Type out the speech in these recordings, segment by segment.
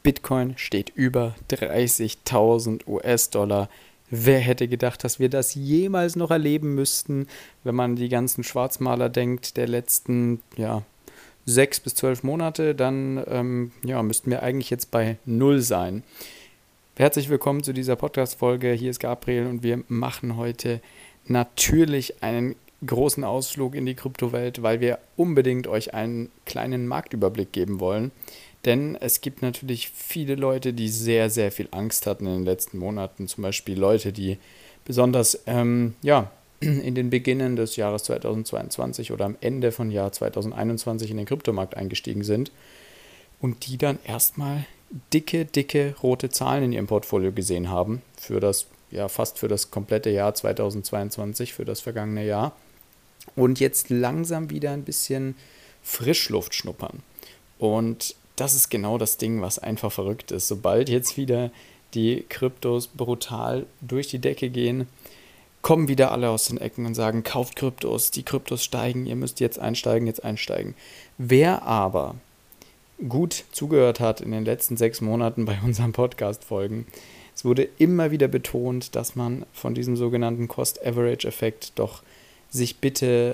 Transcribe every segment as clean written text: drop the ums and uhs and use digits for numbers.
Bitcoin steht über 30.000 US-Dollar. Wer hätte gedacht, dass wir das jemals noch erleben müssten, wenn man die ganzen Schwarzmaler denkt, der letzten 6 bis 12 Monate, dann müssten wir eigentlich jetzt bei Null sein. Herzlich willkommen zu dieser Podcast-Folge. Hier ist Gabriel und wir machen heute natürlich einen großen Ausflug in die Kryptowelt, weil wir unbedingt euch einen kleinen Marktüberblick geben wollen. Denn es gibt natürlich viele Leute, die sehr, sehr viel Angst hatten in den letzten Monaten. Zum Beispiel Leute, die besonders in den Beginnen des Jahres 2022 oder am Ende von Jahr 2021 in den Kryptomarkt eingestiegen sind und die dann erstmal dicke rote Zahlen in ihrem Portfolio gesehen haben fast für das komplette Jahr 2022, für das vergangene Jahr und jetzt langsam wieder ein bisschen Frischluft schnuppern. Und das ist genau das Ding, was einfach verrückt ist. Sobald jetzt wieder die Kryptos brutal durch die Decke gehen, kommen wieder alle aus den Ecken und sagen, kauft Kryptos, die Kryptos steigen, ihr müsst jetzt einsteigen. Wer aber gut zugehört hat in den letzten 6 Monaten bei unseren Podcast-Folgen, es wurde immer wieder betont, dass man von diesem sogenannten Cost-Average-Effekt doch sich bitte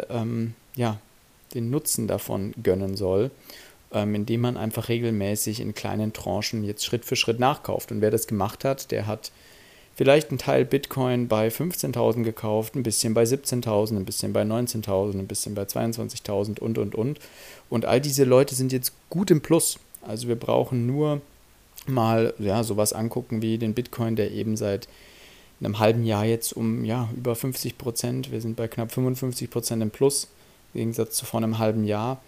den Nutzen davon gönnen soll, indem man einfach regelmäßig in kleinen Tranchen jetzt Schritt für Schritt nachkauft. Und wer das gemacht hat, der hat vielleicht einen Teil Bitcoin bei 15.000 gekauft, ein bisschen bei 17.000, ein bisschen bei 19.000, ein bisschen bei 22.000 und. Und all diese Leute sind jetzt gut im Plus. Also wir brauchen nur mal sowas angucken wie den Bitcoin, der eben seit einem halben Jahr jetzt um über 50%, wir sind bei knapp 55% im Plus, im Gegensatz zu vor einem halben Jahr.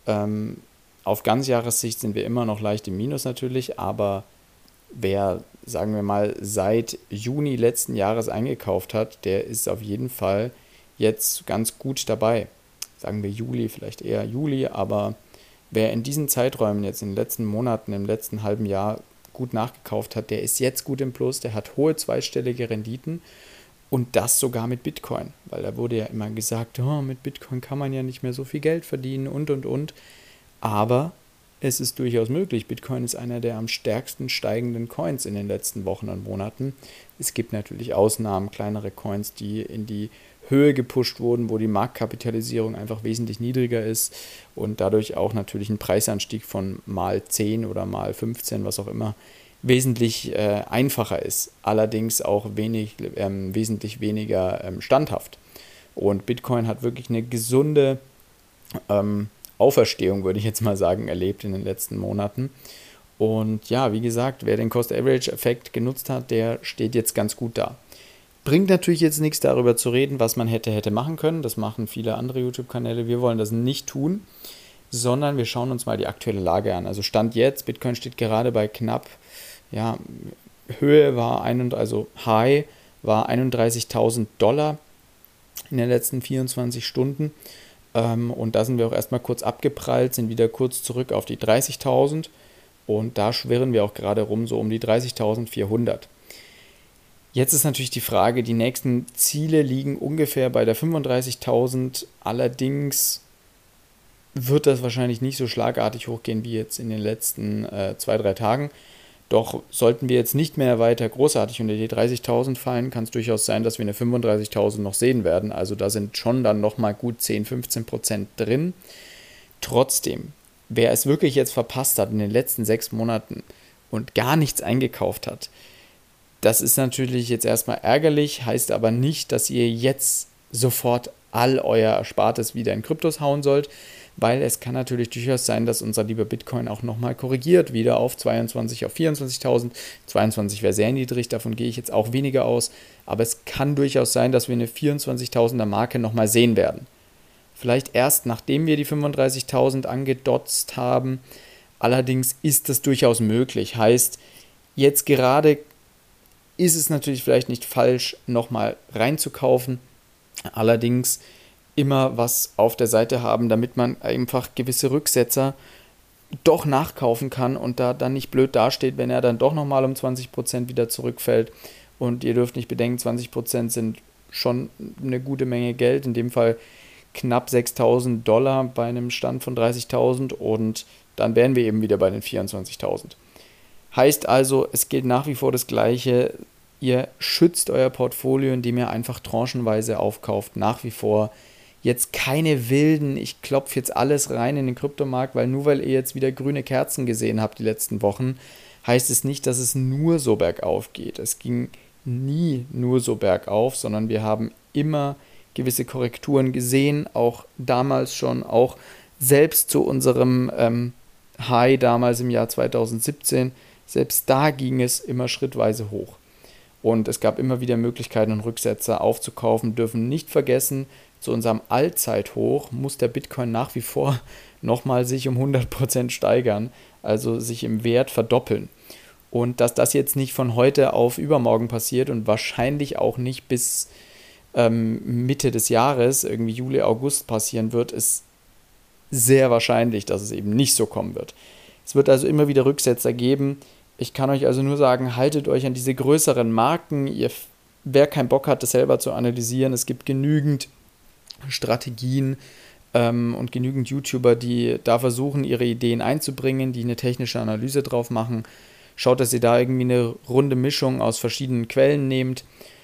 Auf Ganzjahressicht sind wir immer noch leicht im Minus natürlich, aber wer, sagen wir mal, seit Juni letzten Jahres eingekauft hat, der ist auf jeden Fall jetzt ganz gut dabei. Sagen wir Juli, vielleicht eher Juli, aber wer in diesen Zeiträumen jetzt in den letzten Monaten, im letzten halben Jahr gut nachgekauft hat, der ist jetzt gut im Plus, der hat hohe zweistellige Renditen und das sogar mit Bitcoin, weil da wurde ja immer gesagt, mit Bitcoin kann man ja nicht mehr so viel Geld verdienen und. Aber es ist durchaus möglich. Bitcoin ist einer der am stärksten steigenden Coins in den letzten Wochen und Monaten. Es gibt natürlich Ausnahmen, kleinere Coins, die in die Höhe gepusht wurden, wo die Marktkapitalisierung einfach wesentlich niedriger ist und dadurch auch natürlich ein Preisanstieg von mal 10 oder mal 15, was auch immer, wesentlich einfacher ist. Allerdings auch wesentlich weniger standhaft. Und Bitcoin hat wirklich eine gesunde Auferstehung, würde ich jetzt mal sagen, erlebt in den letzten Monaten. Und ja, wie gesagt, wer den Cost-Average-Effekt genutzt hat, der steht jetzt ganz gut da. Bringt natürlich jetzt nichts darüber zu reden, was man hätte machen können. Das machen viele andere YouTube-Kanäle. Wir wollen das nicht tun, sondern wir schauen uns mal die aktuelle Lage an. Also Stand jetzt, Bitcoin steht gerade bei knapp, Höhe war, High war 31.000 $, in den letzten 24 Stunden. Und da sind wir auch erstmal kurz abgeprallt, sind wieder kurz zurück auf die 30.000 und da schwirren wir auch gerade rum, so um die 30.400. Jetzt ist natürlich die Frage, die nächsten Ziele liegen ungefähr bei der 35.000, allerdings wird das wahrscheinlich nicht so schlagartig hochgehen wie jetzt in den letzten 2-3 Tagen. Doch sollten wir jetzt nicht mehr weiter großartig unter die 30.000 fallen, kann es durchaus sein, dass wir eine 35.000 noch sehen werden. Also da sind schon dann nochmal gut 10-15% drin. Trotzdem, wer es wirklich jetzt verpasst hat in den letzten 6 Monaten und gar nichts eingekauft hat, das ist natürlich jetzt erstmal ärgerlich, heißt aber nicht, dass ihr jetzt sofort all euer Erspartes wieder in Kryptos hauen sollt, weil es kann natürlich durchaus sein, dass unser lieber Bitcoin auch nochmal korrigiert, wieder auf 22, auf 24.000. 22 wäre sehr niedrig, davon gehe ich jetzt auch weniger aus, aber es kann durchaus sein, dass wir eine 24.000er Marke nochmal sehen werden. Vielleicht erst, nachdem wir die 35.000 angedotzt haben, allerdings ist das durchaus möglich. Heißt, jetzt gerade ist es natürlich vielleicht nicht falsch, nochmal reinzukaufen, allerdings immer was auf der Seite haben, damit man einfach gewisse Rücksetzer doch nachkaufen kann und da dann nicht blöd dasteht, wenn er dann doch nochmal um 20% wieder zurückfällt. Und ihr dürft nicht bedenken, 20% sind schon eine gute Menge Geld, in dem Fall knapp 6.000 $ bei einem Stand von 30.000 und dann wären wir eben wieder bei den 24.000. Heißt also, es gilt nach wie vor das Gleiche. Ihr schützt euer Portfolio, indem ihr einfach tranchenweise aufkauft. Nach wie vor jetzt keine wilden, ich klopfe jetzt alles rein in den Kryptomarkt, weil nur weil ihr jetzt wieder grüne Kerzen gesehen habt die letzten Wochen, heißt es nicht, dass es nur so bergauf geht. Es ging nie nur so bergauf, sondern wir haben immer gewisse Korrekturen gesehen, auch damals schon, auch selbst zu unserem High damals im Jahr 2017, selbst da ging es immer schrittweise hoch. Und es gab immer wieder Möglichkeiten und Rücksetzer aufzukaufen, dürfen nicht vergessen, zu unserem Allzeithoch muss der Bitcoin nach wie vor nochmal sich um 100% steigern, also sich im Wert verdoppeln. Und dass das jetzt nicht von heute auf übermorgen passiert und wahrscheinlich auch nicht bis Mitte des Jahres, irgendwie Juli, August passieren wird, ist sehr wahrscheinlich, dass es eben nicht so kommen wird. Es wird also immer wieder Rücksetzer geben. Ich kann euch also nur sagen, haltet euch an diese größeren Marken. Wer keinen Bock hat, das selber zu analysieren, es gibt genügend Strategien und genügend YouTuber, die da versuchen, ihre Ideen einzubringen, die eine technische Analyse drauf machen. Schaut, dass ihr da irgendwie eine runde Mischung aus verschiedenen Quellen nehmt.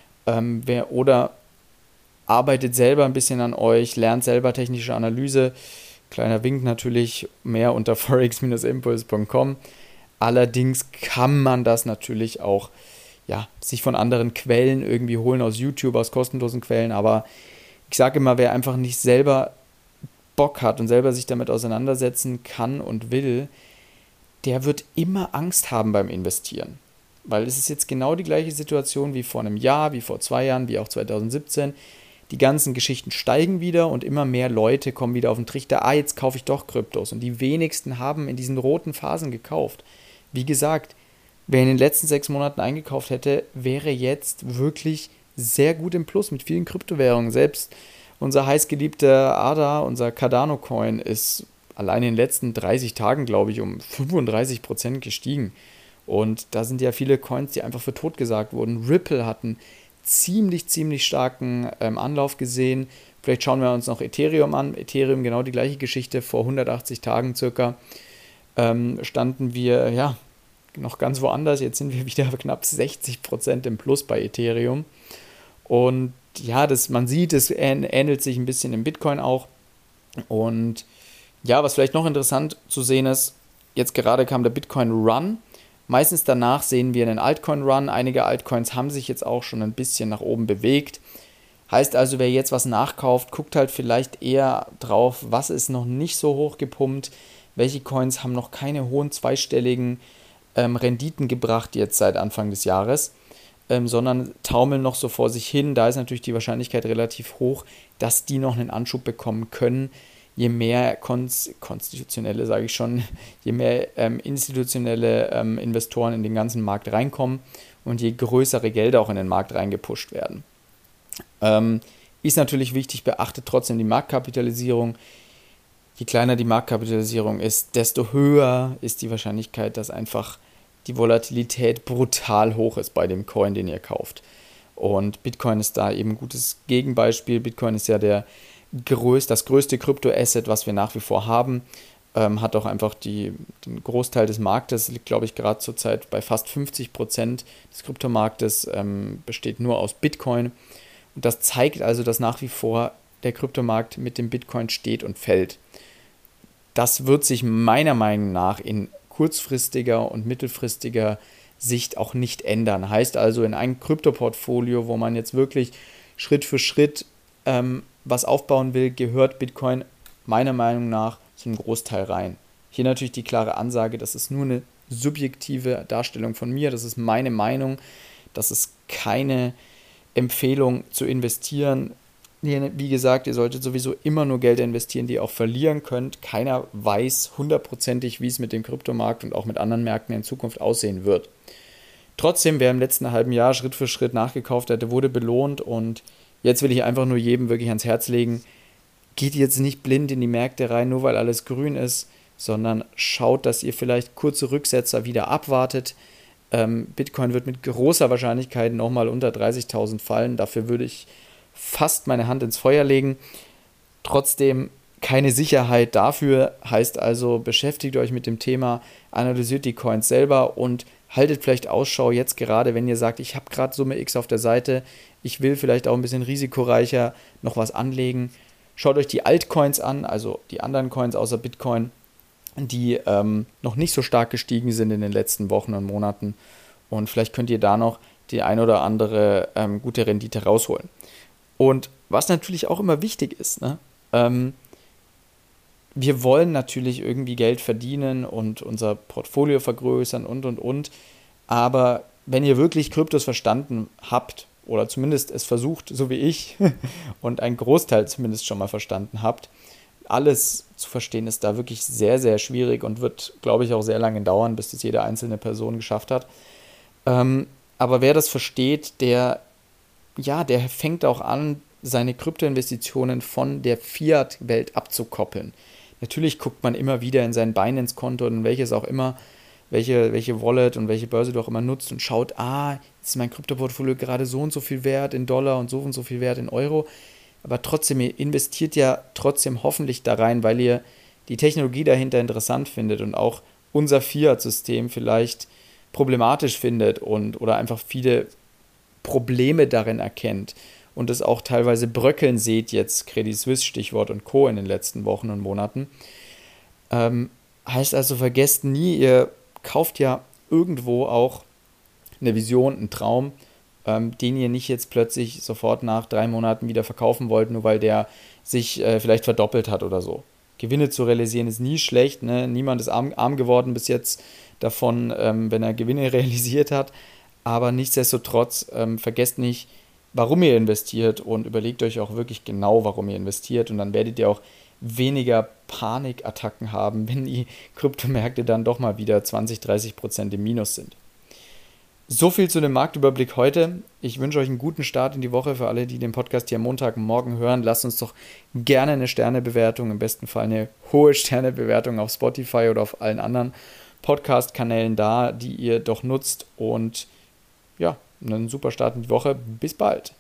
Oder arbeitet selber ein bisschen an euch, lernt selber technische Analyse. Kleiner Wink natürlich, mehr unter forex-impulse.com. Allerdings kann man das natürlich auch sich von anderen Quellen irgendwie holen, aus YouTube, aus kostenlosen Quellen. Aber ich sage immer, wer einfach nicht selber Bock hat und selber sich damit auseinandersetzen kann und will, der wird immer Angst haben beim Investieren. Weil es ist jetzt genau die gleiche Situation wie vor einem Jahr, wie vor 2 Jahren, wie auch 2017. Die ganzen Geschichten steigen wieder und immer mehr Leute kommen wieder auf den Trichter, jetzt kaufe ich doch Kryptos. Und die wenigsten haben in diesen roten Phasen gekauft. Wie gesagt, wer in den letzten 6 Monaten eingekauft hätte, wäre jetzt wirklich sehr gut im Plus mit vielen Kryptowährungen. Selbst unser heißgeliebter ADA, unser Cardano-Coin, ist allein in den letzten 30 Tagen, glaube ich, um 35% gestiegen. Und da sind ja viele Coins, die einfach für tot gesagt wurden. Ripple hatten ziemlich starken Anlauf gesehen. Vielleicht schauen wir uns noch Ethereum an. Ethereum, genau die gleiche Geschichte. Vor 180 Tagen circa standen wir noch ganz woanders. Jetzt sind wir wieder knapp 60% im Plus bei Ethereum. Und ja, man sieht, es ähnelt sich ein bisschen im Bitcoin auch. Und ja, was vielleicht noch interessant zu sehen ist, jetzt gerade kam der Bitcoin Run. Meistens danach sehen wir einen Altcoin-Run. Einige Altcoins haben sich jetzt auch schon ein bisschen nach oben bewegt. Heißt also, wer jetzt was nachkauft, guckt halt vielleicht eher drauf, was ist noch nicht so hoch gepumpt, welche Coins haben noch keine hohen zweistelligen Renditen gebracht jetzt seit Anfang des Jahres, sondern taumeln noch so vor sich hin. Da ist natürlich die Wahrscheinlichkeit relativ hoch, dass die noch einen Anschub bekommen können, je mehr konstitutionelle, sage ich schon, je mehr institutionelle Investoren in den ganzen Markt reinkommen und je größere Gelder auch in den Markt reingepusht werden. Ist natürlich wichtig, beachtet trotzdem die Marktkapitalisierung. Je kleiner die Marktkapitalisierung ist, desto höher ist die Wahrscheinlichkeit, dass einfach die Volatilität brutal hoch ist bei dem Coin, den ihr kauft. Und Bitcoin ist da eben ein gutes Gegenbeispiel. Bitcoin ist ja das größte Kryptoasset, was wir nach wie vor haben, hat auch einfach den Großteil des Marktes, liegt glaube ich gerade zurzeit bei fast 50% des Kryptomarktes, besteht nur aus Bitcoin. Und das zeigt also, dass nach wie vor der Kryptomarkt mit dem Bitcoin steht und fällt. Das wird sich meiner Meinung nach in kurzfristiger und mittelfristiger Sicht auch nicht ändern. Heißt also, in ein Kryptoportfolio, wo man jetzt wirklich Schritt für Schritt was aufbauen will, gehört Bitcoin meiner Meinung nach zu einem Großteil rein. Hier natürlich die klare Ansage, das ist nur eine subjektive Darstellung von mir, das ist meine Meinung, das ist keine Empfehlung zu investieren. Wie gesagt, ihr solltet sowieso immer nur Gelder investieren, die ihr auch verlieren könnt. Keiner weiß hundertprozentig, wie es mit dem Kryptomarkt und auch mit anderen Märkten in Zukunft aussehen wird. Trotzdem, wer im letzten halben Jahr Schritt für Schritt nachgekauft hatte, wurde belohnt und jetzt will ich einfach nur jedem wirklich ans Herz legen, geht jetzt nicht blind in die Märkte rein, nur weil alles grün ist, sondern schaut, dass ihr vielleicht kurze Rücksetzer wieder abwartet. Bitcoin wird mit großer Wahrscheinlichkeit nochmal unter 30.000 fallen. Dafür würde ich fast meine Hand ins Feuer legen. Trotzdem keine Sicherheit dafür. Heißt also, beschäftigt euch mit dem Thema, analysiert die Coins selber und haltet vielleicht Ausschau jetzt gerade, wenn ihr sagt, ich habe gerade Summe X auf der Seite, ich will vielleicht auch ein bisschen risikoreicher noch was anlegen. Schaut euch die Altcoins an, also die anderen Coins außer Bitcoin, die noch nicht so stark gestiegen sind in den letzten Wochen und Monaten. Und vielleicht könnt ihr da noch die ein oder andere gute Rendite rausholen. Und was natürlich auch immer wichtig ist, ne? Wir wollen natürlich irgendwie Geld verdienen und unser Portfolio vergrößern und. Aber wenn ihr wirklich Kryptos verstanden habt oder zumindest es versucht, so wie ich, und einen Großteil zumindest schon mal verstanden habt, alles zu verstehen ist da wirklich sehr, sehr schwierig und wird, glaube ich, auch sehr lange dauern, bis das jede einzelne Person geschafft hat. Aber wer das versteht, der fängt auch an, seine Kryptoinvestitionen von der Fiat-Welt abzukoppeln. Natürlich guckt man immer wieder in sein Binance-Konto und welches auch immer, welche Wallet und welche Börse du auch immer nutzt und schaut, jetzt ist mein Kryptoportfolio gerade so und so viel wert in Dollar und so viel wert in Euro. Aber trotzdem, ihr investiert ja trotzdem hoffentlich da rein, weil ihr die Technologie dahinter interessant findet und auch unser Fiat-System vielleicht problematisch findet oder einfach viele Probleme darin erkennt und es auch teilweise bröckeln seht, jetzt Credit Suisse Stichwort und Co. in den letzten Wochen und Monaten. Heißt also, vergesst nie, ihr kauft ja irgendwo auch eine Vision, einen Traum, den ihr nicht jetzt plötzlich sofort nach 3 Monaten wieder verkaufen wollt, nur weil der sich vielleicht verdoppelt hat oder so. Gewinne zu realisieren ist nie schlecht, ne? Niemand ist arm geworden bis jetzt davon, wenn er Gewinne realisiert hat, aber nichtsdestotrotz vergesst nicht, warum ihr investiert und überlegt euch auch wirklich genau, warum ihr investiert und dann werdet ihr auch weniger Panikattacken haben, wenn die Kryptomärkte dann doch mal wieder 20-30% im Minus sind. So viel zu dem Marktüberblick heute. Ich wünsche euch einen guten Start in die Woche für alle, die den Podcast hier am Montagmorgen hören. Lasst uns doch gerne eine Sternebewertung, im besten Fall eine hohe Sternebewertung auf Spotify oder auf allen anderen Podcast-Kanälen da, die ihr doch nutzt. Und ja, einen super Start in die Woche. Bis bald.